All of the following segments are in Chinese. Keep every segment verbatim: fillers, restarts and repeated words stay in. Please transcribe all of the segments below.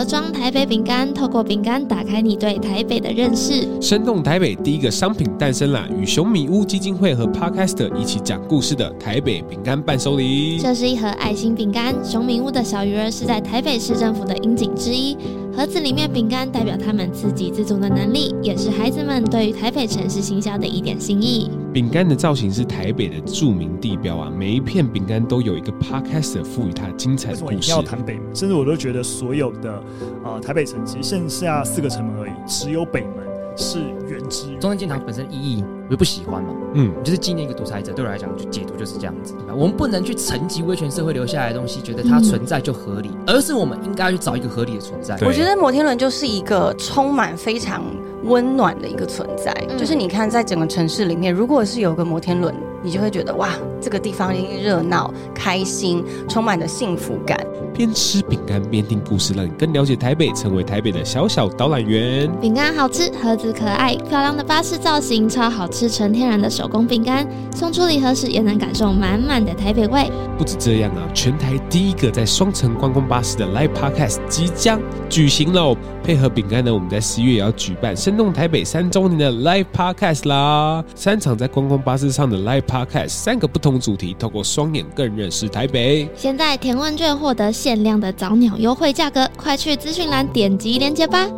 盒装台北饼干，透过饼干打开你对台北的认识。 生动台北第一个商品诞生啦！与熊米屋基金会和 Podcast 一起讲故事的台北饼干伴手礼。 这是一盒爱心饼干，熊米屋的小鱼儿是在台北市政府的鹰井之一。盒子里面饼干代表他们自给自足的能力，也是孩子们对于台北城市行销的一点心意。 饼干的造型是台北的著名地标啊，每一片饼干都有一个 Podcast 赋予它精彩的故事。 为什么一定要谈北门？甚至我都觉得所有的、呃、台北城其实剩下四个城门而已，只有北门是原汁原味。 中正纪念堂本身意义我就不喜欢嘛，嗯，就是纪念一个独裁者，对我来讲就解读就是这样子。我们不能去沉寂威权社会留下来的东西，觉得它存在就合理，嗯、而是我们应该去找一个合理的存在。 我觉得摩天轮就是一个充满非常温暖的一个存在，嗯、就是你看在整个城市里面，如果是有个摩天轮，你就会觉得哇，这个地方一定热闹、开心，充满着幸福感。 边吃饼干边听故事，让你更了解台北，成为台北的小小导览员。 饼干好吃，盒子可爱，漂亮的巴士造型，超好吃，纯天然的手工饼干，送出礼盒时也能感受满满的台北味。 不止这样啊，全台第一个在双层观光巴士的 Live Podcast 即将举行喽！配合饼干呢，我们在十一月也要举办生动台北三周年的 Live Podcast 啦！三场在观光巴士上的 Live Podcast， 三个不同主题，透过双眼更认识台北。 现在填问卷获得限量的早鸟优惠价格，快去资讯栏点击链接吧。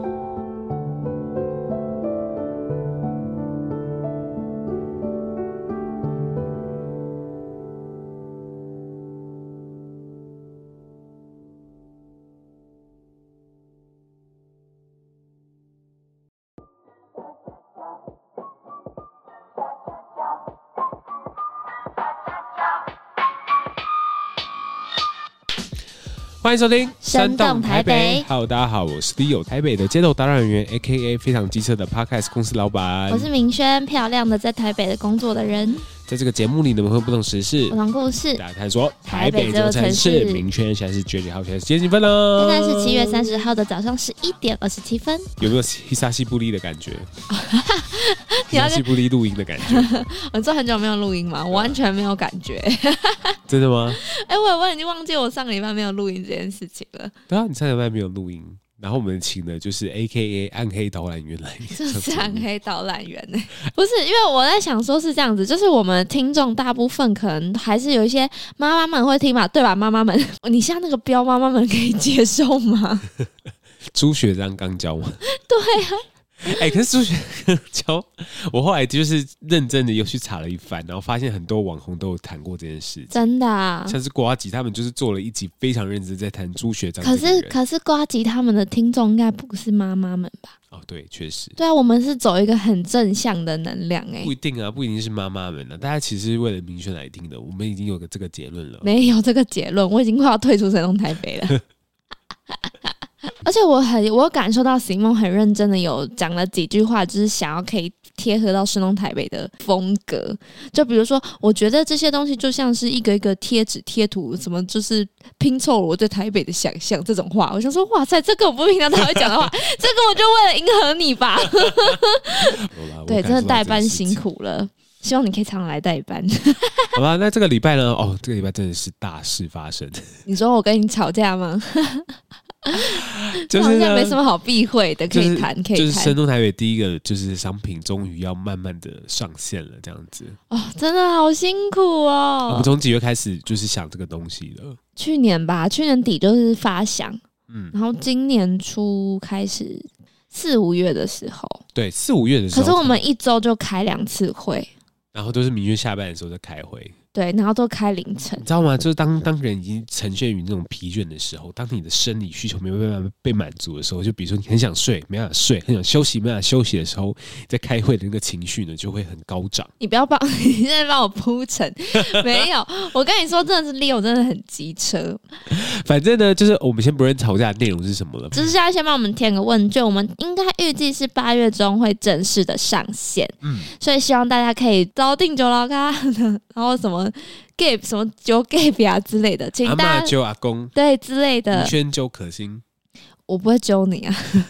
欢迎收听生动台北。 Hello， 大家好，我是 Leo， 台北的街头导览员 A K A 非常机车的 Podcast 公司老板。 我是明轩，漂亮的在台北的工作的人。 在这个节目里呢，我们会不同时事、 不同故事， 大家探索台北这个城市。明轩现在是九点号，现在是几点几分呢？ 现在是七月三十号的早上十一点二十七分。 有没有希萨西布利的感觉？希萨西布利录音的感觉？ 我做很久没有录音嘛，我完全没有感觉。 真的吗？ 哎、欸，我我已经忘记我上个礼拜没有录音这件事情了。 对啊，你上个礼拜没有录音。然后我们请的就是 A K A 暗黑导览员来， 这是暗黑导览员呢、欸？不是，因为我在想说是这样子，就是我们听众大部分可能还是有一些妈妈们会听嘛，对吧？妈妈们，你像那个标妈妈们可以接受吗？ 朱学章刚教吗？ 对啊。 哎、欸，可是朱学章教我后来就是认真的又去查了一番，然后发现很多网红都有谈过这件事情， 真的、啊， 像是呱吉他们就是做了一集非常认真在谈朱学章。 可是可是呱吉他们的听众应该不是妈妈们吧？ 哦，对，确实， 对啊，我们是走一个很正向的能量、欸，哎， 不一定啊，不一定是妈妈们啊，大家其实是为了明轩来听的，我们已经有个这个结论了。 没有这个结论，我已经快要退出生动台北了。而且我很，我有感受到Simon很认真的有讲了几句话，就是想要可以贴合到生动台北的风格。就比如说，我觉得这些东西就像是一个一个贴纸、贴图，什么就是拼凑了我对台北的想象。这种话，我想说，哇塞，这个我不平常才会讲的话，这个我就为了迎合你吧。对，真的代班辛苦了。希望你可以常常来代班。 好吧，那这个礼拜呢？哦，这个礼拜真的是大事发生。 你说我跟你吵架吗？ 就是好像没什么好避讳的，可以谈，可以谈。 就是生动台北第一个就是商品，终于要慢慢的上线了，这样子。 哦，真的好辛苦哦。 我们从几月开始就是想这个东西的？ 去年吧，去年底就是发想，嗯，然后今年初开始，四五月的时候， 对，四五月的时候。 可是我们一周就开两次会， 然后都是明月下班的时候在开会。 对，然后都开凌晨， 你知道吗？就是当当人已经呈现于那种疲倦的时候，当你的生理需求没有办法被满足的时候，就比如说你很想睡，没办法睡；很想休息，没办法休息的时候，在开会的那个情绪呢，就会很高涨。 你不要帮，你现在帮我铺陈，没有。我跟你说，真的是 Leo 真的很机车。 反正呢，就是我们先不论吵架的内容是什么了， 就是要先帮我们填个问卷，我们应该预计是八月中会正式的上线，嗯，所以希望大家可以早订酒老咖，然后什么。gay 什么揪 gay 啊之类的，请大家阿嬷揪阿公， 对之类的。 明轩揪可心， 我不会揪你啊。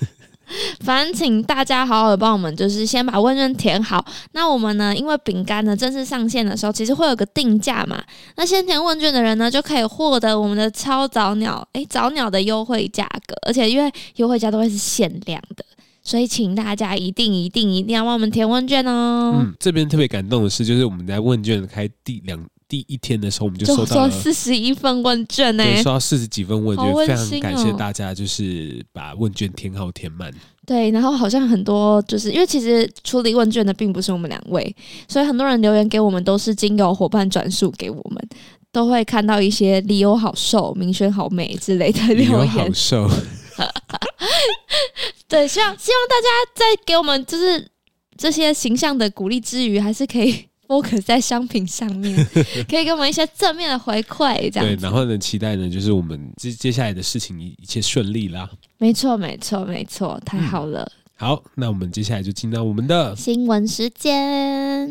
反正请大家好好的帮我们，就是先把问卷填好。那我们呢，因为饼干呢正式上线的时候，其实会有个定价嘛。那先填问卷的人呢，就可以获得我们的超早鸟，诶，早鸟的优惠价格，而且因为优惠价都会是限量的。所以请大家一定一定一定要帮我们填问卷哦。 嗯，这边特别感动的是，就是我们在问卷开第两第一天的时候，我们就收到了四十一份问卷呢、欸， 对，收到四十几份问卷， 哦、 非常感谢大家，就是把问卷填好填满。 对，然后好像很多就是因为其实处理问卷的并不是我们两位，所以很多人留言给我们都是经由伙伴转述给我们，都会看到一些理由好瘦、明轩好美之类的留言。理由好瘦。 对，希望希望大家在给我们就是这些形象的鼓励之余，还是可以 focus 在商品上面，可以给我们一些正面的回馈，这样子。 对，然后呢，期待呢，就是我们接接下来的事情一切顺利啦。 没错，没错，没错，太好了、嗯。 好，那我们接下来就进到我们的新闻时间。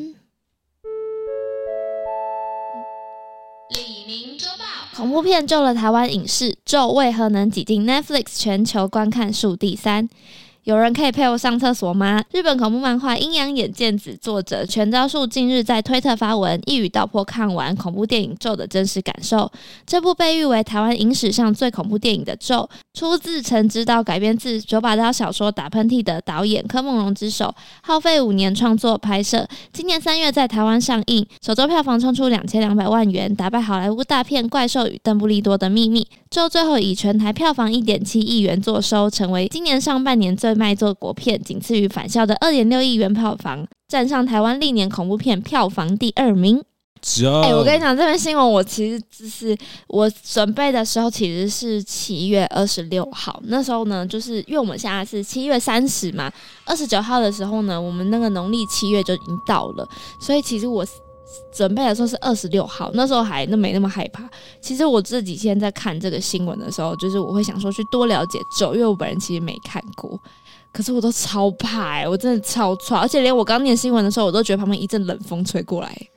李宁周报：恐怖片救了台湾影视，咒为何能挤进 Netflix 全球观看数第三？有人可以陪我上厕所吗？日本恐怖漫画《阴阳眼见子》作者全昭树近日在推特发文，一语道破看完恐怖电影《咒》的真实感受。这部被誉为台湾影史上最恐怖电影的《咒》，出自曾执导改编自九把刀小说《打喷嚏》的导演柯梦荣之手，耗费五年创作拍摄，今年三月在台湾上映，首周票房冲出两千两百万元，打败好莱坞大片《怪兽与邓布利多的秘密》。《咒》最后以全台票房 一点七亿元作收，成为今年上半年最卖座国片，仅次于返校的 二点六亿元票房，站上台湾历年恐怖片票房第二名。哎、欸，我跟你讲，这篇新闻我其实就是我准备的时候，其实是七月二十六号。那时候呢，就是因为我们现在是七月三十嘛，二十九号的时候呢，我们那个农历七月就已经到了，所以其实我准备的时候是二十六号，那时候还那没那么害怕。其实我这几天在看这个新闻的时候，就是我会想说去多了解咒，因为我本人其实没看过。可是我都超怕哎、欸，我真的超怕，而且连我刚念新闻的时候，我都觉得旁边一阵冷风吹过来、欸。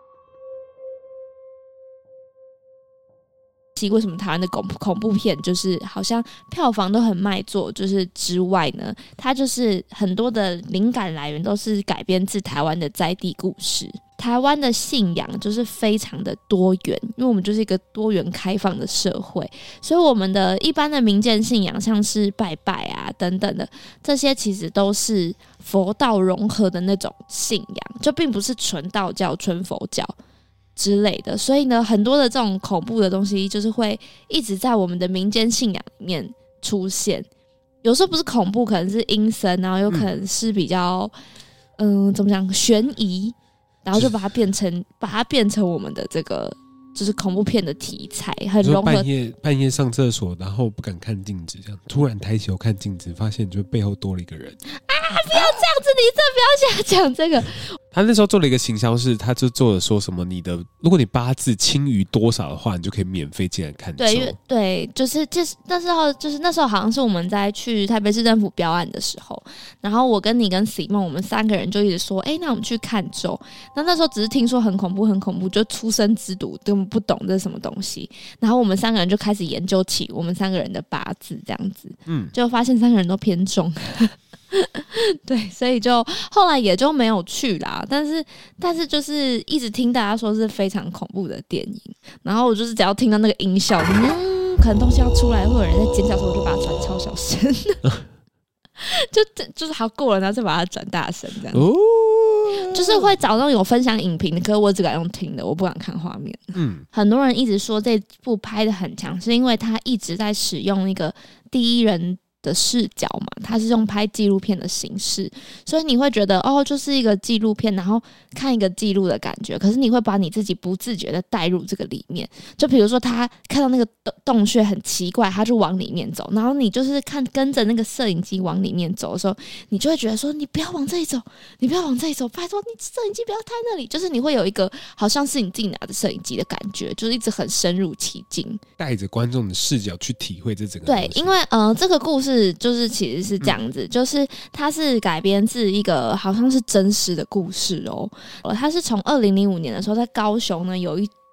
为什么台湾的恐恐怖片就是好像票房都很卖座？就是之外呢，它就是很多的灵感来源都是改编自台湾的在地故事。台湾的信仰就是非常的多元，因为我们就是一个多元开放的社会，所以我们的一般的民间信仰，像是拜拜啊等等的，这些其实都是佛道融合的那种信仰，就并不是纯道教、纯佛教之类的。所以呢，很多的这种恐怖的东西，就是会一直在我们的民间信仰里面出现。有时候不是恐怖，可能是阴森，然后有可能是比较，嗯，怎么讲，悬疑。然后就把它变成，把它变成我们的这个就是恐怖片的题材，很融合。 半夜半夜上厕所，然后不敢看镜子，这样突然抬头看镜子，发现就背后多了一个人。 啊！不要这样子，你真的不要想讲这个。 他那时候做了一个行销是，他就做了说什么，你的如果你八字轻于多少的话，你就可以免费进来看咒。 对，对，就是就是那时候，就是那时候好像是我们在去台北市政府标案的时候，然后我跟你跟 Simon 我们三个人就一直说，哎、欸，那我们去看咒。那那时候只是听说很恐怖，很恐怖，就出生之犊根本不懂这是什么东西。然后我们三个人就开始研究起我们三个人的八字，这样子，嗯，就发现三个人都偏重。对，所以就后来也就没有去啦。但是，但是就是一直听大家说是非常恐怖的电影。然后我就是只要听到那个音效，嗯，可能东西要出来，或者有人在尖叫的时候，我就把它转超小声，就就是好过了，然后再把它转大声，这样。哦，就是会找那种有分享影评的，可是我只敢用听的，我不敢看画面。嗯，很多人一直说这部拍得很强，是因为他一直在使用那个第一人的视角嘛，它是用拍纪录片的形式，所以你会觉得哦，就是一个纪录片，然后看一个记录的感觉。可是你会把你自己不自觉的带入这个里面，就比如说他看到那个洞穴很奇怪，他就往里面走，然后你就是看跟着那个摄影机往里面走的时候，你就会觉得说，你不要往这里走，你不要往这里走，拜托你摄影机不要开那里，就是你会有一个好像是你自己拿着摄影机的感觉，就是一直很深入其境， 带着观众的视角去体会这整个对，因为呃这个故事。是，就是其实是这样子，嗯、就是它是改编自一个好像是真实的故事哦。呃，它是从二零零五年的时候，在高雄呢有一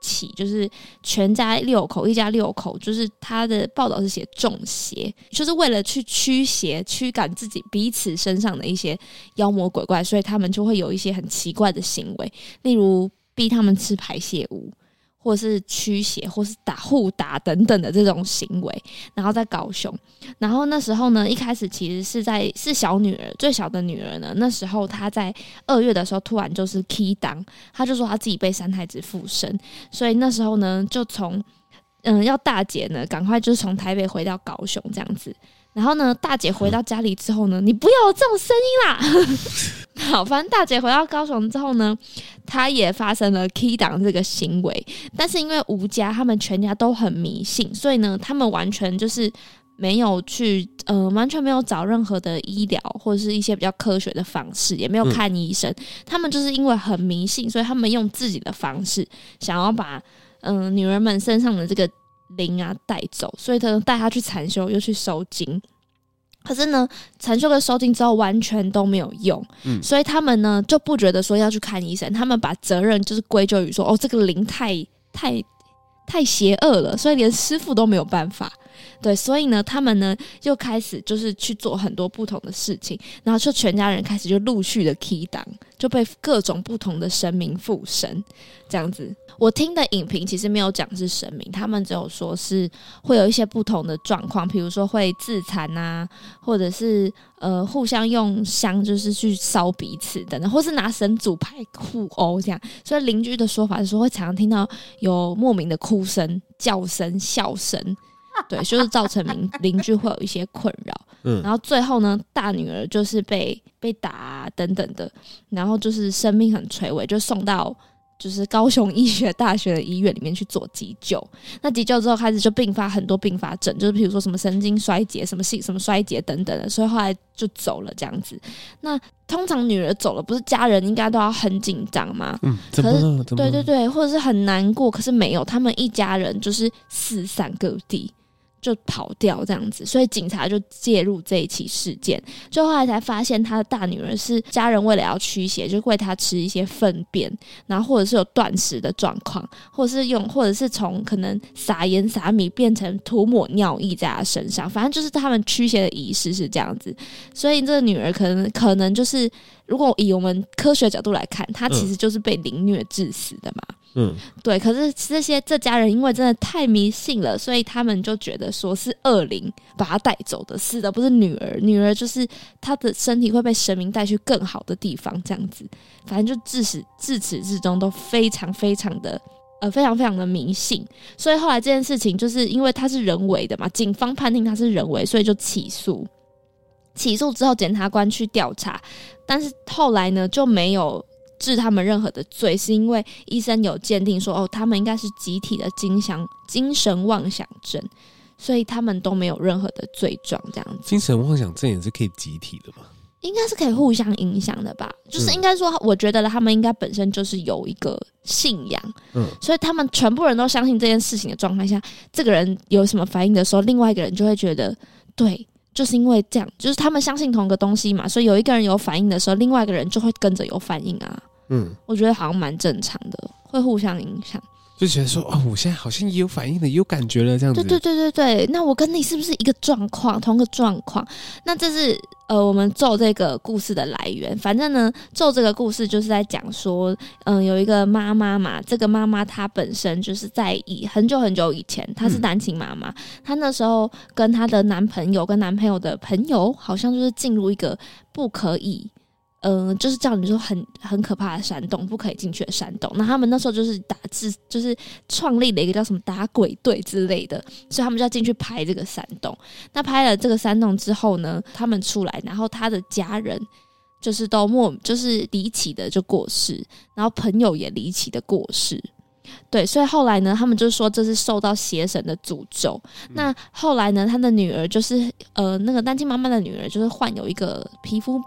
起，就是全家六口，一家六口，就是他的报道是写中邪，就是为了去驱邪、驱赶自己彼此身上的一些妖魔鬼怪，所以他们就会有一些很奇怪的行为，例如逼他们吃排泄物，或是驱邪，或是打互打等等的这种行为，然后在高雄，然后那时候呢，一开始其实是在是小女儿，最小的女儿呢，那时候她在二月的时候突然就是 key 档，她就说她自己被三太子附身，所以那时候呢，就从嗯要大姐呢赶快就是从台北回到高雄这样子。然后呢，大姐回到家里之后呢，你不要有这种声音啦。好，反正大姐回到高雄之后呢，她也发生了 key 档这个行为，但是因为吴家他们全家都很迷信，所以呢，他们完全就是没有去呃，完全没有找任何的医疗或者是一些比较科学的方式，也没有看医生。嗯、他们就是因为很迷信，所以他们用自己的方式想要把嗯、呃、女儿们身上的这个灵啊带走，所以他带他去禅修，又去收经。可是呢，禅修跟收经之后完全都没有用，嗯、所以他们呢就不觉得说要去看医生，他们把责任就是归咎于说，哦，这个灵太太太邪恶了，所以连师父都没有办法。对，所以呢，他们呢又开始就是去做很多不同的事情，然后就全家人开始就陆续的 key 档，就被各种不同的神明附身，这样子。我听的影评其实没有讲是神明，他们只有说是会有一些不同的状况，比如说会自残啊，或者是呃互相用香就是去烧彼此等等，或是拿神主牌互殴这样。所以邻居的说法是说会常常听到有莫名的哭声、叫声、笑声。对，就是造成邻邻居会有一些困扰，嗯，然后最后呢，大女儿就是被被打、啊、等等的，然后就是生命很垂危，就送到就是高雄医学大学的医院里面去做急救。那急救之后开始就并发很多并发症，就是比如说什么神经衰竭、什么性什么衰竭等等的，所以后来就走了这样子。那通常女儿走了，不是家人应该都要很紧张吗？嗯，怎么了？可是怎么了？对对对，或者是很难过，可是没有，他们一家人就是四散各地。就跑掉这样子，所以警察就介入这一起事件，就后来才发现他的大女儿是家人为了要驱邪，就喂他吃一些粪便，然后或者是有断食的状况，或者是用，或者是从可能撒盐撒米变成涂抹尿液在他身上，反正就是他们驱邪的仪式是这样子，所以这个女儿可能可能就是，如果以我们科学角度来看，她其实就是被凌虐致死的嘛。嗯，对，可是这些这家人因为真的太迷信了，所以他们就觉得说是恶灵把他带走的，死的不是女儿，女儿就是她的身体会被神明带去更好的地方，这样子，反正就自始自始至终都非常非常的呃非常非常的迷信，所以后来这件事情就是因为它是人为的嘛，警方判定它是人为，所以就起诉，起诉之后检察官去调查，但是后来呢就没有治他们任何的罪，是因为医生有鉴定说，哦，他们应该是集体的精想精神妄想症，所以他们都没有任何的罪状，这样子。 精神妄想症也是可以集体的吗？ 应该是可以互相影响的吧，就是应该说，我觉得他们应该本身就是有一个信仰，嗯，所以他们全部人都相信这件事情的状态下，这个人有什么反应的时候，另外一个人就会觉得，对。就是因为这样，就是他们相信同一个东西嘛，所以有一个人有反应的时候，另外一个人就会跟着有反应啊。嗯，我觉得好像蛮正常的，会互相影响。 就觉得说，哦，我现在好像也有反应了，也有感觉了，这样子。 对对对对对，那我跟你是不是一个状况，同个状况？那这是呃，我们咒这个故事的来源。反正呢，咒这个故事就是在讲说，嗯、呃，有一个妈妈嘛，这个妈妈她本身就是在以很久很久以前，她是单亲妈妈，嗯、她那时候跟她的男朋友跟男朋友的朋友，好像就是进入一个不可以。嗯、呃，就是叫你说很很可怕的山洞，不可以进去的山洞。那他们那时候就是打制，就是创立了一个叫什么打鬼队之类的，所以他们就要进去拍这个山洞。那拍了这个山洞之后呢，他们出来，然后他的家人就是都莫就是离奇的就过世，然后朋友也离奇的过世。对，所以后来呢，他们就说这是受到邪神的诅咒。嗯、那后来呢，他的女儿就是呃，那个单亲妈妈的女儿，就是患有一个皮肤病，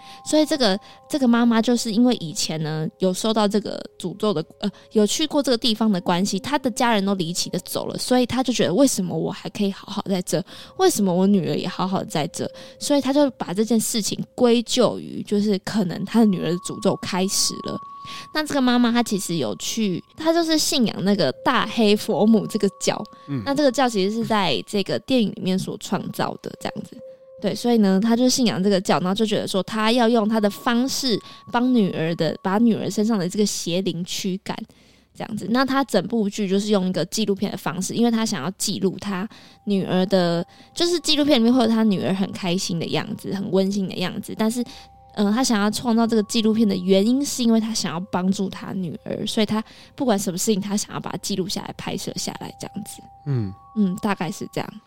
所以这个这个妈妈就是因为以前呢有受到这个诅咒的呃有去过这个地方的关系，她的家人都离奇的走了，所以她就觉得为什么我还可以好好在这，为什么我女儿也好好在这，所以她就把这件事情归咎于就是可能她的女儿的诅咒开始了。那这个妈妈她其实有去，她就是信仰那个大黑佛母这个教、嗯、那这个教其实是在这个电影里面所创造的这样子，对，所以呢她就信仰这个教，然后就觉得说她要用她的方式帮女儿的把女儿身上的这个邪灵驱赶这样子。那她整部剧就是用一个纪录片的方式，因为她想要记录她女儿的，就是纪录片里面会有她女儿很开心的样子，很温馨的样子，但是嗯，他想要创造这个纪录片的原因是因为他想要帮助他女儿，所以他不管什么事情他想要把它记录下来拍摄下来这样子。嗯嗯，大概是这样。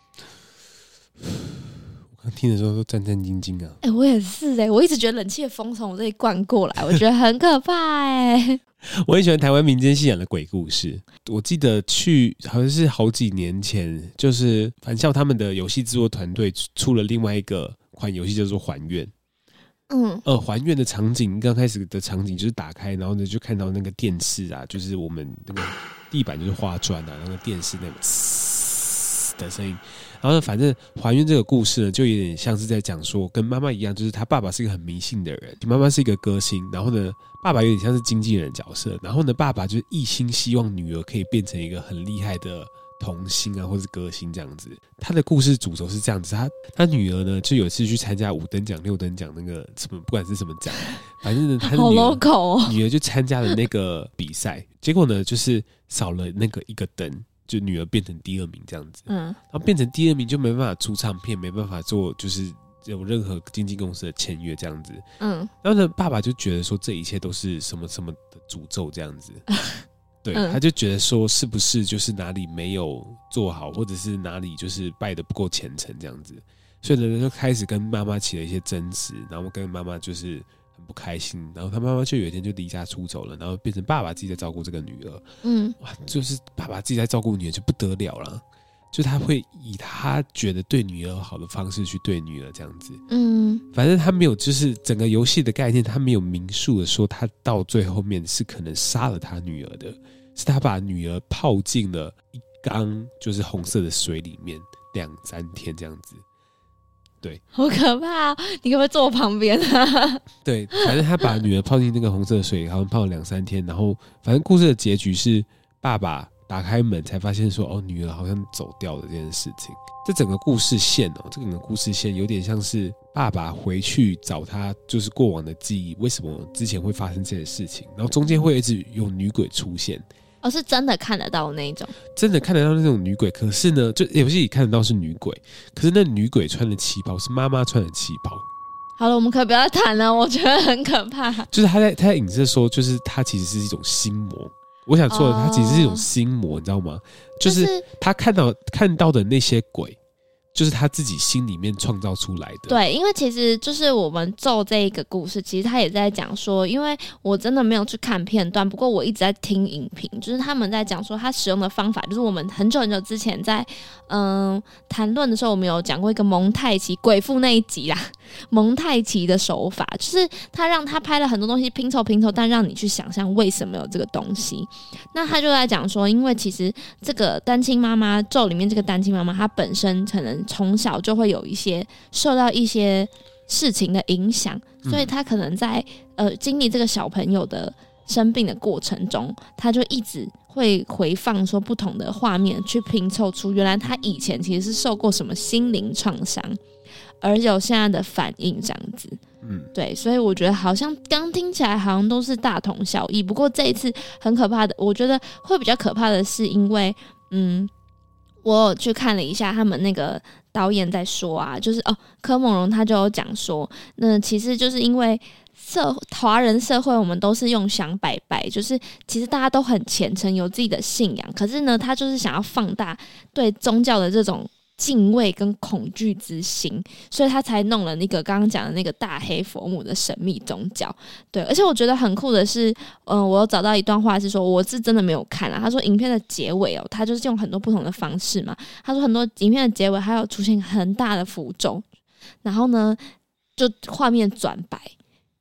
我刚听的时候都战战兢兢啊。 哎、欸，我也是哎、欸，我一直觉得冷气的风从我这里灌过来，我觉得很可怕哎、欸。 我很喜欢台湾民间信仰的鬼故事。我记得去好像是好几年前，就是返校他们的游戏制作团队出了另外一个款游戏叫做《还愿》。嗯，呃，还愿的场景，刚开始的场景就是打开，然后呢就看到那个电视啊，就是我们那个地板就是花砖啊，那个电视那个嘶的声音，然后呢，反正还愿这个故事呢，就有点像是在讲说，跟妈妈一样，就是他爸爸是一个很迷信的人，妈妈是一个歌星，然后呢，爸爸有点像是经纪人角色，然后呢，爸爸就是一心希望女儿可以变成一个很厉害的童星啊，或是歌星这样子。他的故事主轴是这样子，他他女儿呢，就有一次去参加五等奖、六等奖那个什么，不管是什么奖，反正呢，他的女儿好 local 哦， 女儿就参加了那个比赛，结果呢，就是少了那个一个灯，就女儿变成第二名这样子。嗯，然后变成第二名就没办法出唱片，没办法做就是有任何经纪公司的签约这样子。嗯，然后呢，爸爸就觉得说这一切都是什么什么的诅咒这样子。对，他就觉得说是不是就是哪里没有做好，或者是哪里就是拜得不够虔诚这样子，所以呢就开始跟妈妈起了一些争执，然后跟妈妈就是很不开心，然后他妈妈就有一天就离家出走了，然后变成爸爸自己在照顾这个女儿。嗯，哇，就是爸爸自己在照顾女儿就不得了了，就他会以他觉得对女儿好的方式去对女儿这样子。嗯，反正他没有就是整个游戏的概念，他没有明述的说他到最后面是可能杀了他女儿的，是他把女儿泡进了一缸就是红色的水里面两三天这样子。对， 好可怕、哦！你可不可以坐我旁边啊？ 对，反正他把女儿泡进那个红色的水里，好像泡了两三天，然后反正故事的结局是爸爸打开门才发现说，哦，女儿好像走掉了这件事情。这整个故事线哦，这整个故事线有点像是爸爸回去找他就是过往的记忆，为什么之前会发生这些事情，然后中间会一直有女鬼出现。 哦，是真的看得到那一种， 真的看得到那种女鬼。可是呢，就游戏里看得到是女鬼，可是那女鬼穿的旗袍是妈妈穿的旗袍。 好了，我们可以不要谈了，我觉得很可怕。 就是他在他在影射说，就是他其实是一种心魔。我想说的，他其实是一种心魔，你知道吗？就是他看到看到的那些鬼，就是他自己心里面创造出来的。 对，因为其实就是我们咒这一个故事，其实他也在讲说，因为我真的没有去看片段，不过我一直在听影评，就是他们在讲说他使用的方法，就是我们很久很久之前在嗯谈论的时候，我们有讲过一个蒙太奇鬼父那一集啦，蒙太奇的手法，就是他让他拍了很多东西拼凑拼凑，但让你去想象为什么有这个东西。那他就在讲说，因为其实这个单亲妈妈咒里面这个单亲妈妈，她本身可能从小就会有一些受到一些事情的影响，所以她可能在呃经历这个小朋友的生病的过程中，她就一直会回放说不同的画面，去拼凑出原来她以前其实是受过什么心灵创伤，而有现在的反应这样子。嗯，对，所以我觉得好像刚听起来好像都是大同小异，不过这一次很可怕的，我觉得会比较可怕的是因为嗯。我有去看了一下他们那个导演在说啊，就是哦，柯梦荣他就有讲说，那其实就是因为社华人社会我们都是用想拜拜，就是其实大家都很虔诚，有自己的信仰，可是呢，他就是想要放大对宗教的这种敬畏跟恐惧之心，所以他才弄了那个刚刚讲的那个大黑佛母的神秘宗教。对，而且我觉得很酷的是，嗯、呃，我有找到一段话是说，我是真的没有看啦。他说影片的结尾哦，他就是用很多不同的方式嘛。他说很多影片的结尾还有出现很大的符咒，然后呢，就画面转白。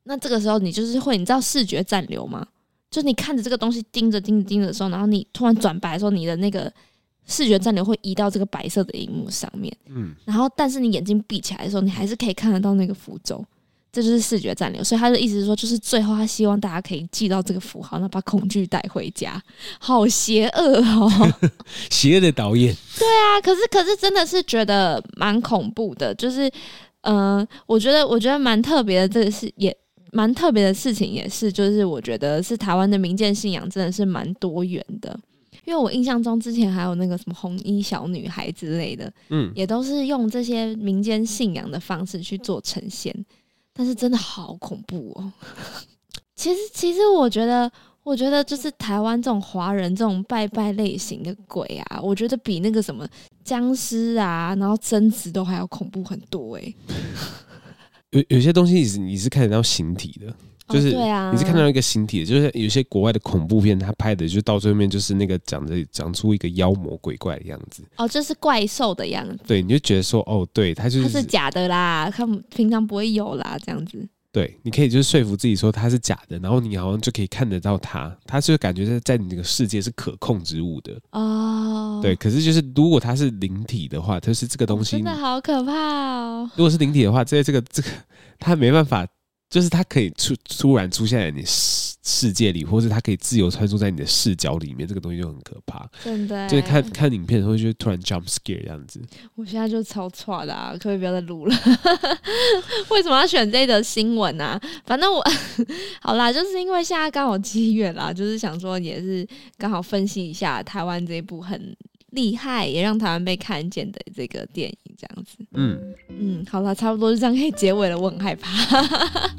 那这个时候你就是会，你知道视觉暂留吗？就你看着这个东西盯着盯着盯着的时候，然后你突然转白的时候，你的那个视觉暂留会移到这个白色的萤幕上面，嗯，然后但是你眼睛闭起来的时候，你还是可以看得到那个符咒，这就是视觉暂留。所以他的意思是说，就是最后他希望大家可以记到这个符号，那把恐惧带回家。好邪恶哦， 邪恶的导演。 对啊，可是可是真的是觉得蛮恐怖的，就是呃，我觉得我觉得蛮特别的，这个是也。蛮特别的事情也是，就是我觉得是台湾的民间信仰真的是蛮多元的，因为我印象中之前还有那个什么红衣小女孩之类的，嗯，也都是用这些民间信仰的方式去做呈现，但是真的好恐怖哦。其实，其实我觉得，我觉得就是台湾这种华人这种拜拜类型的鬼啊，我觉得比那个什么僵尸啊，然后贞子都还要恐怖很多哎、欸。 有有些东西你是你是看得到形体的，就是你是看到一个形体的，就是有些国外的恐怖片，他拍的就到最后面就是那个长着长出一个妖魔鬼怪的样子， 哦，就是怪兽的样子。 对，你就觉得说，哦，对，他就是他是假的啦，他平常不会有啦，这样子。 对，你可以就是说服自己说它是假的，然后你好像就可以看得到它，它就感觉在在你这个世界是可控之物的哦。对，可是就是如果它是灵体的话，就是这个东西、哦、 真的好可怕哦。 如果是灵体的话，在这个这个它没办法，就是它可以出突然出现在你世界里，或是它可以自由穿梭在你的视角里面，这个东西就很可怕。 真的， 就是看看影片的时候就突然 jump scare 这样子。 我现在就超差的啊，可不可以不要再录了？为什么要选这则新闻啊？反正我好啦，就是因为现在刚好七月啦，就是想说也是刚好分析一下台湾这一部很厉害，也让台湾被看见的这个电影，这样子。嗯嗯，好啦，差不多就这样可以结尾了，我很害怕。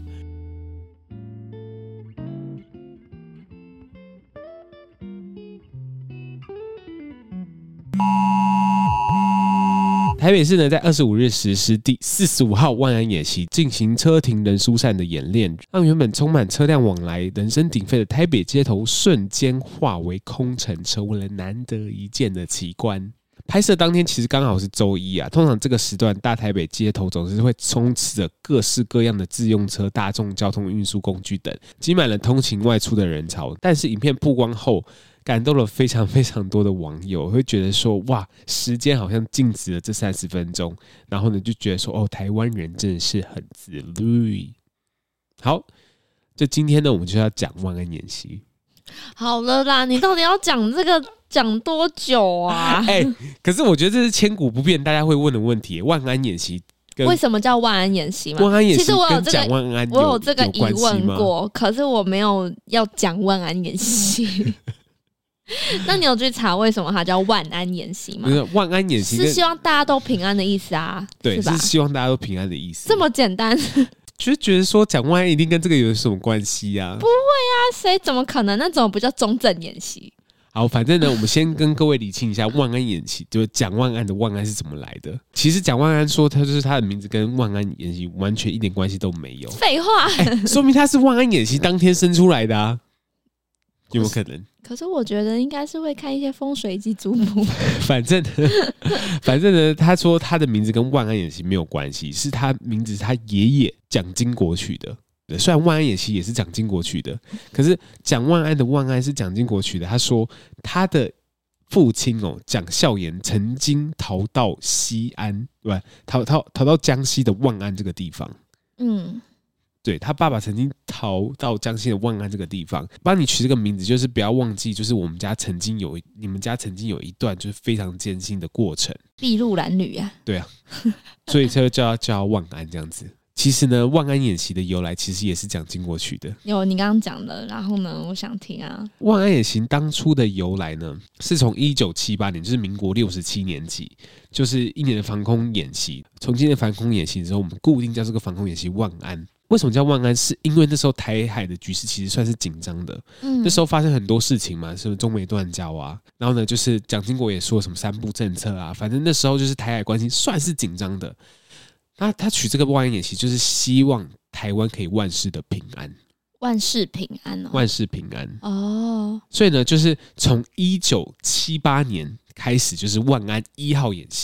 台北市呢，在二十五日实施第四十五号万安演习，进行车停人疏散的演练，让原本充满车辆往来、人声鼎沸的台北街头瞬间化为空城，成为了难得一见的奇观。拍摄当天其实刚好是周一啊，通常这个时段大台北街头总是会充斥着各式各样的自用车、大众交通运输工具等，挤满了通勤外出的人潮。但是影片曝光后，感动了非常非常多的网友，会觉得说哇，时间好像静止了这三十分钟，然后呢就觉得说哦，台湾人真的是很自律。好，就今天呢，我们就要讲万安演习。 好了啦，你到底要讲这个讲多久啊？ 哎、欸，可是我觉得这是千古不变，大家会问的问题。万安演习为什么叫万安演习嘛？ 万安演习其实我有这个， 万安我有这个疑问过，可是我没有要讲万安演习。那你有去查为什么它叫万安演习吗？ 万安演习是希望大家都平安的意思啊， 对， 是吧？ 是希望大家都平安的意思。 这么简单？ 就是觉得说讲万安一定跟这个有什么关系啊？ 不会啊，谁怎么可能？那种不叫中正演习。 好，反正呢，我们先跟各位理清一下万安演习，就是蒋万安的万安是怎么来的。其实蒋万安说他就是他的名字跟万安演习完全一点关系都没有。 废话、 欸，说明他是万安演习当天生出来的啊。有没有可能？ 可是我觉得应该是会看一些风水及祖母。 反正，反正呢，他说他的名字跟万安演习没有关系，是他名字是他爷爷蒋经国取的。虽然万安演习也是蒋经国取的，可是蒋万安的万安是蒋经国取的。他说他的父亲哦，蒋孝严曾经逃到西安，对，逃逃逃到江西的万安这个地方。嗯。对，他爸爸曾经逃到江西的万安这个地方，帮你取这个名字，就是不要忘记，就是我们家曾经有你们家曾经有一段就是非常艰辛的过程， 筚路蓝缕啊。 对啊，所以就叫叫万安这样子。其实呢，万安演习的由来其实也是蒋经国取的。 有你刚刚讲的，然后呢，我想听啊。 万安演习当初的由来呢，是从一九七八年，就是民国六十七年起，就是一年的防空演习。从今年的防空演习之后，我们固定叫这个防空演习万安。为什么叫万安？是因为那时候台海的局势其实算是紧张的，嗯，那时候发生很多事情嘛，什么中美断交啊，然后呢，就是蒋经国也说什么三不政策啊，反正那时候就是台海关系算是紧张的。那他取这个万安演习，就是希望台湾可以万事的平安， 万事平安哦， 万事平安哦。 所以呢，就是从一九七八年开始，就是万安一号演习。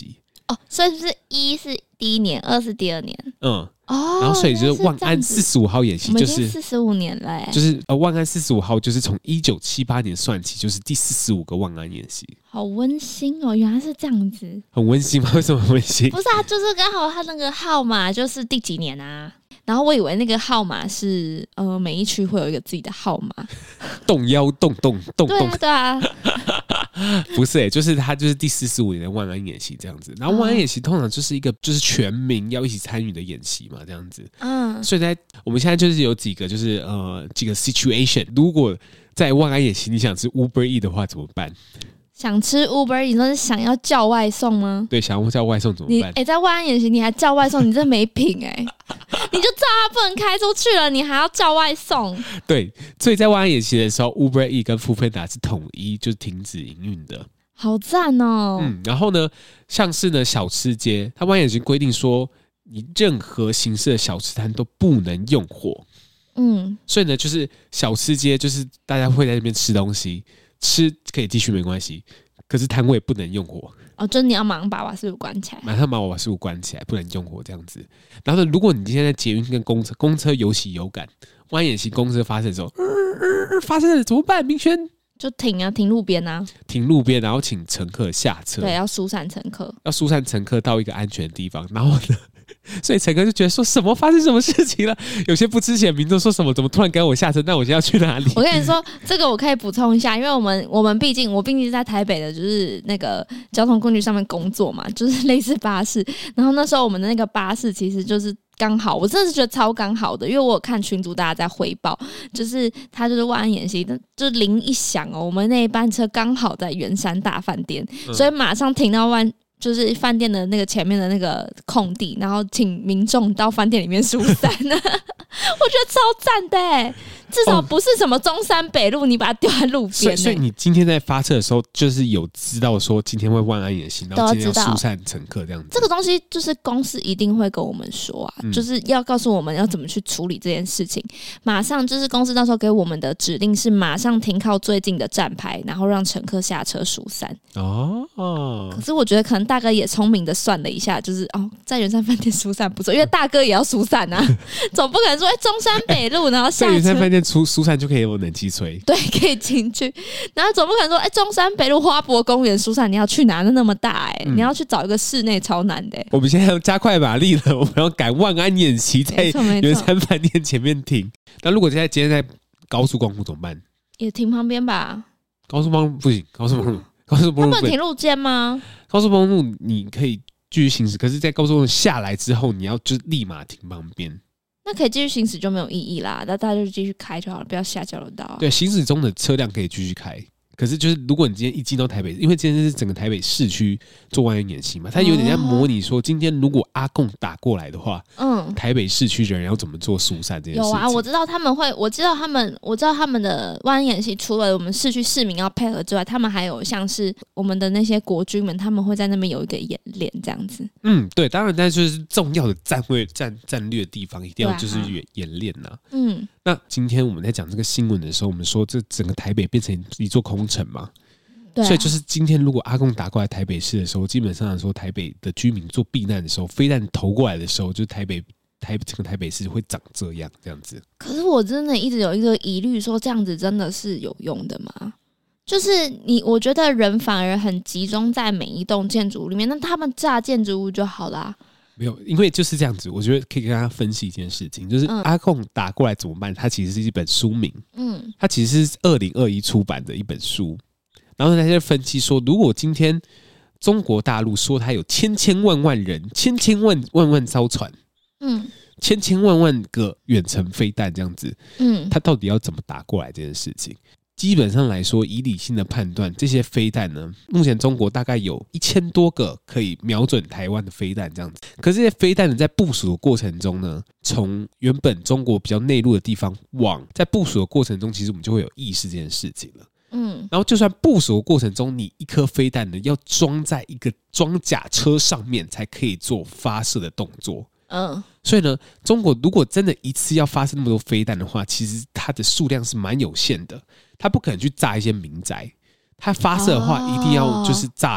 哦，所以是一是第一年，二是第二年。 嗯。 哦， 然后所以就是万安四十五号演习，就是四十五年了、欸， 就是呃万安四十五号就是从一九七八年算起，就是第四十五个万安演习。 好温馨哦，原来是这样子， 很温馨吗？为什么很温馨？ 不是啊，就是刚好他那个号码就是第几年啊。然后我以为那个号码是呃每一区会有一个自己的号码， 动幺动动动动， 对啊对啊， 不是哎、欸，就是他就是第四十五年的万安演习这样子。然后万安演习通常就是一个就是全民要一起参与的演习嘛，这样子。嗯，所以在我们现在就是有几个就是呃几个 situation， 如果在万安演习你想吃 Uber E 的话怎么办？ 想吃 Uber， 你说是想要叫外送吗？ 对，想要叫外送怎么办？ 哎、欸，在万安演习你还叫外送，你真没品哎、欸！你就知道他不能开出去了，你还要叫外送。 对，所以在万安演习的时候 ，Uber E 跟 Foodpanda 是统一就是停止营运的。 好赞哦！ 嗯，然后呢，像是呢小吃街，它万安演习规定说，你任何形式的小吃摊都不能用火。嗯，所以呢，就是小吃街，就是大家会在那边吃东西。吃可以继续没关系，可是摊位不能用火哦，就是你要马上把瓦斯炉关起来， 马上把瓦斯炉关起来，不能用火这样子。然后呢，如果你今天在捷运跟公车，公车有喜有感，万安演习公车发生的时候，呃呃、发生了怎么办？明轩就停啊，停路边啊， 停路边，然后请乘客下车， 对，要疏散乘客， 要疏散乘客到一个安全的地方，然后呢？所以乘客就觉得说什么发生什么事情了？有些不知情的民众说什么？怎么突然赶我下车？那我现在要去哪里？ 我跟你说，这个我可以补充一下，因为我们我们毕竟我毕竟是在台北的，就是那个交通工具上面工作嘛，就是类似巴士。然后那时候我们的那个巴士其实就是刚好，我真的是觉得超刚好的，因为我有看群组大家在汇报，就是他就是万安演习，就铃一响哦，我们那一班车刚好在圆山大饭店，嗯、所以马上停到万。就是饭店的那个前面的那个空地，然后请民众到饭店里面疏散我觉得超赞的欸，至少不是什么中山北路，你把它丢在路边、欸。 所以，所以你今天在发车的时候，就是有知道说今天会万安演习，然后今天要疏散乘客这样子。 这个东西就是公司一定会跟我们说啊，嗯、就是要告诉我们要怎么去处理这件事情。马上就是公司到时候给我们的指令是马上停靠最近的站牌，然后让乘客下车疏散。哦哦。可是我觉得可能大哥也聪明的算了一下，就是哦，在圆山饭店疏散不错，因为大哥也要疏散啊，总不可能说哎、欸、中山北路然后下车。 在圆山饭店疏疏散就可以有冷气吹， 对，可以进去。然后总不可能说哎、欸、中山北路花博公园疏散，你要去哪？那那么大哎、欸嗯，你要去找一个室内超难的、欸。 我们现在要加快马力了，我们要赶万安演习在圆山饭店前面停。那如果现在今天在高速公路怎么办？ 也停旁边吧。 高速公路不行，高速公路。高速公路他们停路肩吗？ 高速公路你可以继续行驶，可是在高速公路下来之后，你要就立马停旁边。 那可以继续行驶就没有意义啦，那大家就继续开就好了，不要下交流道、啊。 对，行驶中的车辆可以继续开，可是就是如果你今天一进到台北，因为今天是整个台北市区做万安演习嘛，它有点在模拟说，今天如果阿共打过来的话，嗯，台北市区的人要怎么做疏散这件事情。 有啊，我知道他们会，我知道他们，我知道他们的万安演习，除了我们市区市民要配合之外，他们还有像是我们的那些国军们，他们会在那边有一个演练这样子。 嗯，对，当然，但就是重要的战略战战略的地方，一定要就是演演练呐。嗯，那今天我们在讲这个新闻的时候，我们说这整个台北变成一座空城嘛。 对啊、 所以就是今天，如果阿共打过来台北市的时候，基本上来说，台北的居民做避难的时候，飞弹投过来的时候，就是台北台整个台北市会长这样这样子。 可是我真的一直有一个疑虑，说这样子真的是有用的吗？就是你，我觉得人反而很集中在每一栋建筑物里面，那他们炸建筑物就好啦。 没有，因为就是这样子，我觉得可以跟大家分析一件事情，就是阿共打过来怎么办？它其实是一本书名，嗯，它其实是二零二一出版的一本书。然后大家分析说，如果今天中国大陆说它有千千万万人、千千万万万艘船，嗯，千千万万个远程飞弹这样子，嗯，它到底要怎么打过来这件事情？基本上来说，以理性的判断，这些飞弹呢，目前中国大概有一千多个可以瞄准台湾的飞弹这样子。可是这些飞弹呢，在部署的过程中呢，从原本中国比较内陆的地方往在部署的过程中，其实我们就会有意识这件事情了。嗯，然后就算部署的过程中，你一颗飞弹呢要装在一个装甲车上面才可以做发射的动作。嗯，所以呢，中国如果真的一次要发射那么多飞弹的话，其实它的数量是蛮有限的，它不可能去炸一些民宅，它发射的话一定要就是炸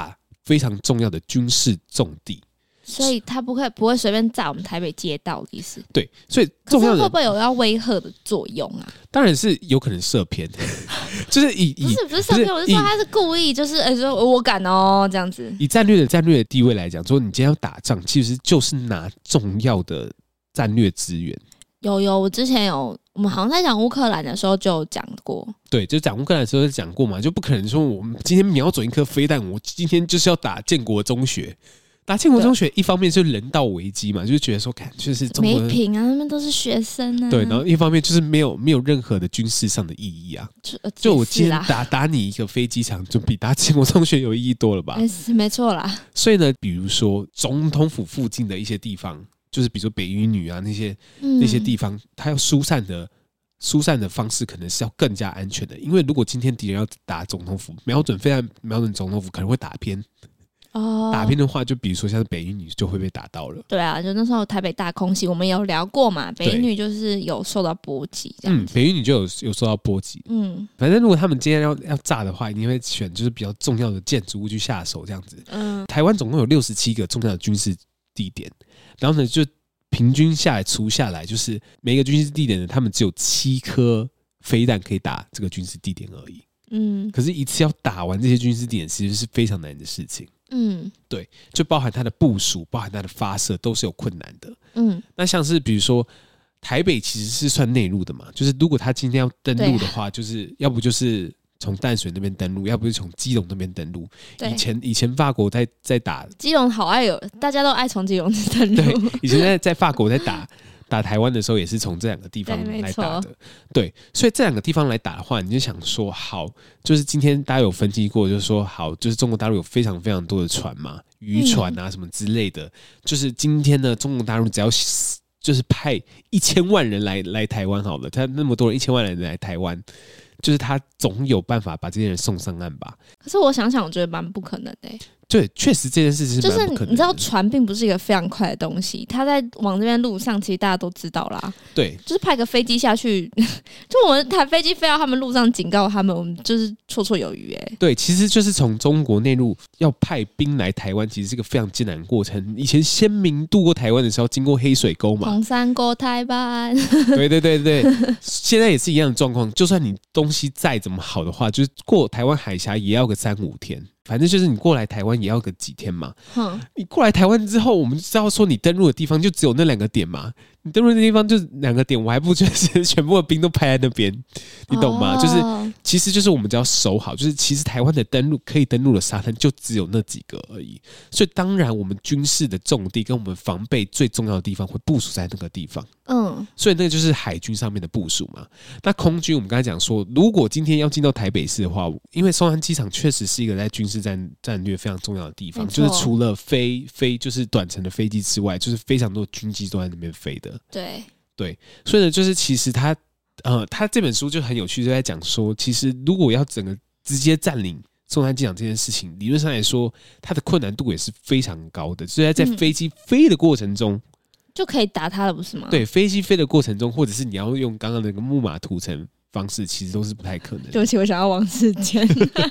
非常重要的军事重地。 所以他不会不会随便炸我们台北街道的意思。 对，所以可重要的是会不会有要威吓的作用啊？ 当然是有可能射偏，就是以以不是不是射偏，我是说他是故意，就是哎、欸、说我敢哦这样子。 以战略的战略的地位来讲，说你今天要打仗，其实就是拿重要的战略资源。 有有，我之前有，我们好像在讲乌克兰的时候就有讲过。 对，就讲乌克兰的时候就讲过嘛，就不可能说我们今天瞄准一颗飞弹，我今天就是要打建国中学。打建国中学，一方面就是人道危机嘛，就是觉得说，看，就是中国没品啊，他们都是学生啊。 对，然后一方面就是没有没有任何的军事上的意义啊。就, 就我今天打打你一个飞机场，就比打建国中学有意义多了吧？ 没没错啦。 所以呢，比如说总统府附近的一些地方，就是比如说北一女啊那些、嗯、那些地方，它要疏散的疏散的方式可能是要更加安全的，因为如果今天敌人要打总统府，瞄准飞弹瞄准总统府，可能会打偏。哦、打偏的话，就比如说像北一女就会被打到了。 对啊，就那时候台北大空袭，我们有聊过嘛，北一女就是有受到波及这样子。 嗯，北一女就有有受到波及。嗯，反正如果他们今天要要炸的话，一定会选就是比较重要的建筑物去下手这样子。嗯，台湾总共有六十七个重要的军事地点，然后呢，就平均下来除下来，就是每一个军事地点呢，他们只有七颗飞弹可以打这个军事地点而已。嗯，可是一次要打完这些军事地点，其实是非常难的事情。嗯，对，就包含它的部署，包含它的发射，都是有困难的。嗯，那像是比如说台北其实是算内陆的嘛，就是如果他今天要登陆的话，就是要不就是从淡水那边登陆，要不是从基隆那边登陆。以前以前法国在在打基隆，好爱有大家都爱从基隆登陆。 对，以前在在法国在打。打台湾的时候也是从这两个地方来打的， 对， 对，所以这两个地方来打的话，你就想说，好，就是今天大家有分析过，就是说，好，就是中国大陆有非常非常多的船嘛，渔船啊什么之类的，嗯、就是今天呢，中国大陆只要就是派一千万人来来台湾好了，他那么多人，一千万人来台湾，就是他总有办法把这些人送上岸吧？ 可是我想想，我觉得蛮不可能的、欸。 对，确实这件事是蛮不可能的。 就是你知道，船并不是一个非常快的东西，它在往这边路上，其实大家都知道啦。 对， 就是派个飞机下去，就我们台飞机飞到他们路上警告他们，我们就是绰绰有余哎、欸。 对，其实就是从中国内陆要派兵来台湾，其实是一个非常艰难的过程。以前先民渡过台湾的时候，经过黑水沟嘛， 红山过台湾。 对对对对，现在也是一样的状况。就算你东西再怎么好的话，就是过台湾海峡也要个三五天。反正就是你过来台湾也要个几天嘛。嗯、你过来台湾之后，我们知道说你登陆的地方就只有那两个点嘛。你登陆的地方就两个点，我还不就是全部的兵都派在那边，你懂吗？哦、就是其实就是我们只要守好，就是其实台湾的登陆可以登陆的沙滩就只有那几个而已。所以当然我们军事的重地跟我们防备最重要的地方会部署在那个地方。嗯，所以那个就是海军上面的部署嘛。那空军我们刚才讲说，如果今天要进到台北市的话，因为松山机场确实是一个在军事战战略非常重要的地方，就是除了飞飞就是短程的飞机之外，就是非常多的军机都在那边飞的。 对对，所以呢，就是其实他呃，他这本书就很有趣，就在讲说，其实如果要整个直接占领松山机场这件事情，理论上来说，它的困难度也是非常高的，所以在飞机飞的过程中。嗯就可以打他了，不是吗？ 对，飞机飞的过程中，或者是你要用刚刚那个木马屠城方式，其实都是不太可能的。 对不起，我想要王世坚。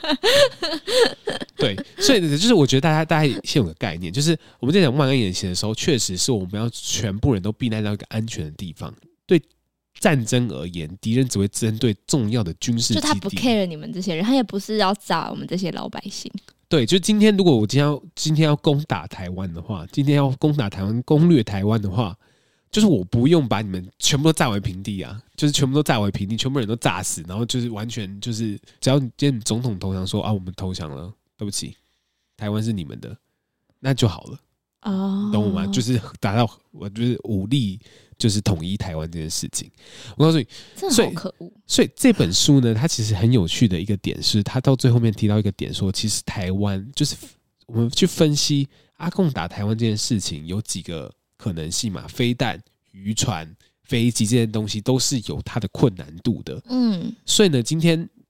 对，所以就是我觉得大家大家先有个概念，就是我们在讲万安演习的时候，确实是我们要全部人都避难到一个安全的地方。对战争而言，敌人只会针对重要的军事基地， 就他不 care 你们这些人，他也不是要炸我们这些老百姓。 对，就今天如果我今天要今天要攻打台湾的话，今天要攻打台湾、攻略台湾的话，就是我不用把你们全部都炸为平地啊，就是全部都炸为平地，全部人都炸死，然后就是完全就是只要你今天总统投降说啊，我们投降了，对不起，台湾是你们的，那就好了。哦，懂我吗？就是达到我就是武力就是统一台湾这件事情。我告诉你， 真的好可恶。 所以这本书呢，它其实很有趣的一个点是，它到最后面提到一个点说，其实台湾就是我们去分析阿共打台湾这件事情有几个可能性嘛，飞弹、渔船、飞机这些东西都是有它的困难度的。嗯，所以呢，今天。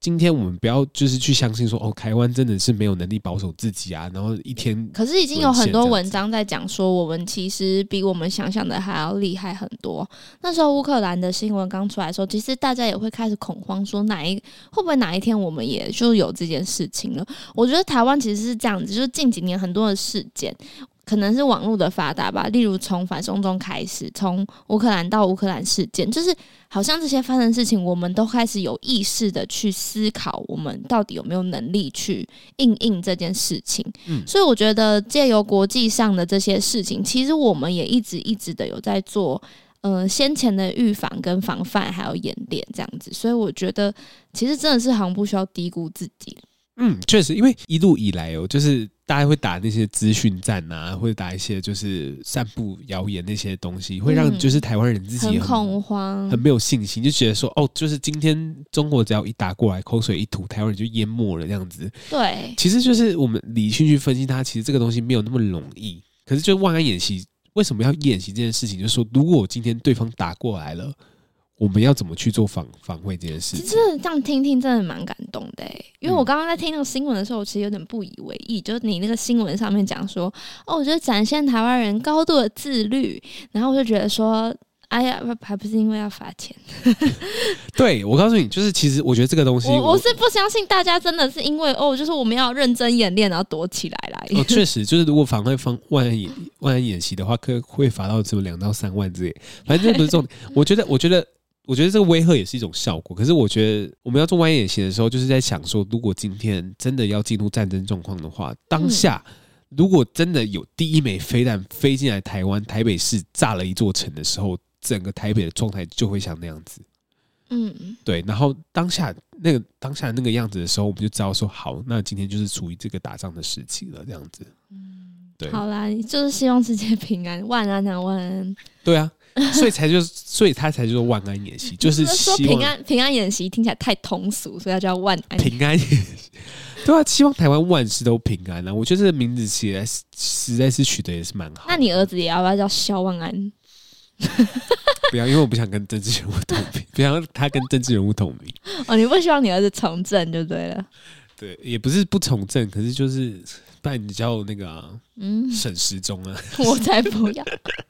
今天我们不要就是去相信说哦，台湾真的是没有能力保守自己啊，然后一天可是已经有很多文章在讲说，我们其实比我们想象的还要厉害很多。那时候乌克兰的新闻刚出来的时候，其实大家也会开始恐慌，说哪一会不会哪一天我们也就有这件事情了。我觉得台湾其实是这样子，就是近几年很多的事件。可能是网络的发达吧，例如从反送中开始，从乌克兰到乌克兰事件，就是好像这些发生的事情，我们都开始有意识的去思考，我们到底有没有能力去因应这件事情。嗯，所以我觉得借由国际上的这些事情，其实我们也一直一直的有在做。呃，先前的预防跟防范还有演练这样子，所以我觉得其实真的是好像不需要低估自己。 嗯，确实，因为一路以来哦，就是大家会打那些资讯战啊，或者打一些就是散布谣言那些东西，会让就是台湾人自己 很,、嗯、很恐慌，很没有信心，就觉得说哦，就是今天中国只要一打过来，口水一吐，台湾人就淹没了这样子。 对， 其实就是我们理性去分析它，其实这个东西没有那么容易。可是就万安演习，为什么要演习这件事情？就是说，如果我今天对方打过来了。我们要怎么去做防防卫这件事情？ 其实这样听听真的蛮感动的欸，因为我刚刚在听那个新闻的时候，我其实有点不以为意。就是你那个新闻上面讲说，哦，我觉得展现台湾人高度的自律，然后我就觉得说，哎呀，还不是因为要罚钱。 对，我告诉你，就是其实我觉得这个东西， 我我是不相信大家真的是因为哦，就是我们要认真演练，然后躲起来啦。 哦，确实，就是如果防卫方万安演万安演习的话，可会罚到这么两到三万之类。反正这不是重点。我觉得，我觉得。我觉得这个威吓也是一种效果，可是我觉得我们要做万安演习的时候，就是在想说，如果今天真的要进入战争状况的话，当下如果真的有第一枚飞弹飞进来台湾台北市炸了一座城的时候，整个台北的状态就会像那样子。嗯，对。然后当下那个当下那个样子的时候，我们就知道说，好，那今天就是处于这个打仗的时期了，这样子。嗯，对。 好啦，就是希望世界平安，万安啊，万安。 对啊。所以才就，所以他才叫万安演习，就是希望说平安平安演习听起来太通俗，所以要叫万安平安演习。对啊，希望台湾万事都平安啊！我觉得这个名字起来实在是取得也是蛮好。 那你儿子也要不要叫萧万安？ 不要，因为我不想跟政治人物同名，不想让他跟政治人物同名。 哦，你不希望你儿子从政就对了。 对，也不是不从政，可是就是不然你叫那个、啊、嗯沈时中啊， 我才不要。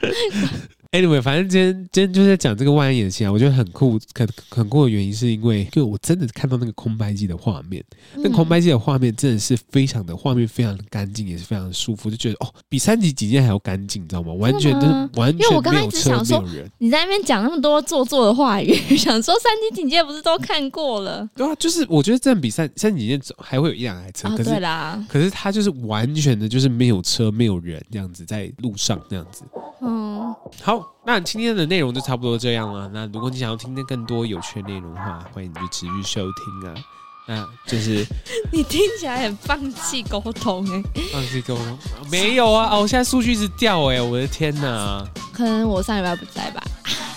Anyway， 反正今天今天就是在讲这个万安演习啊，我觉得很酷，很很酷的原因是因为，就我真的看到那个空拍机的画面，嗯、那空拍机的画面真的是非常的画面非常的干净，也是非常的舒服，就觉得哦，比三级警戒还要干净，你知道吗？完全就是完全没有车没有人。 你在那边讲那么多做作的话语，想说三级警戒不是都看过了？ 对啊，就是我觉得真的比三三级警戒还会有一两台车， 啊、 可是对啦， 可是它就是完全的就是没有车没有人这样子在路上这样子。嗯，好。那今天的内容就差不多这样了。那如果你想要听更多有趣的内容的话，欢迎你就持续收听啊。那就是你听起来很放弃沟通哎、欸， 放弃沟通没有啊？哦，我现在数据一直掉哎、欸，我的天哪！ 可能我上礼拜不在吧。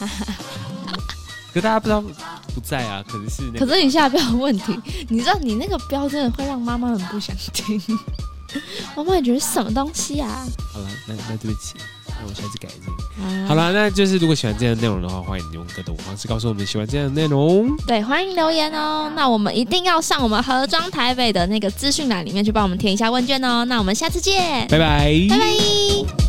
可大家不知道不在啊，可是是、那個、可是你下标有问题，你知道你那个标真的会让妈妈很不想听。妈妈也觉得什么东西啊？ 好了，那那对不起。那我下次改进、啊。好啦，那就是如果喜欢这样的内容的话，欢迎你用各种方式告诉我们喜欢这样的内容。 对，欢迎留言哦。那我们一定要上我们盒装台北的那个资讯栏里面去帮我们填一下问卷哦。那我们下次见， 拜拜， 拜拜。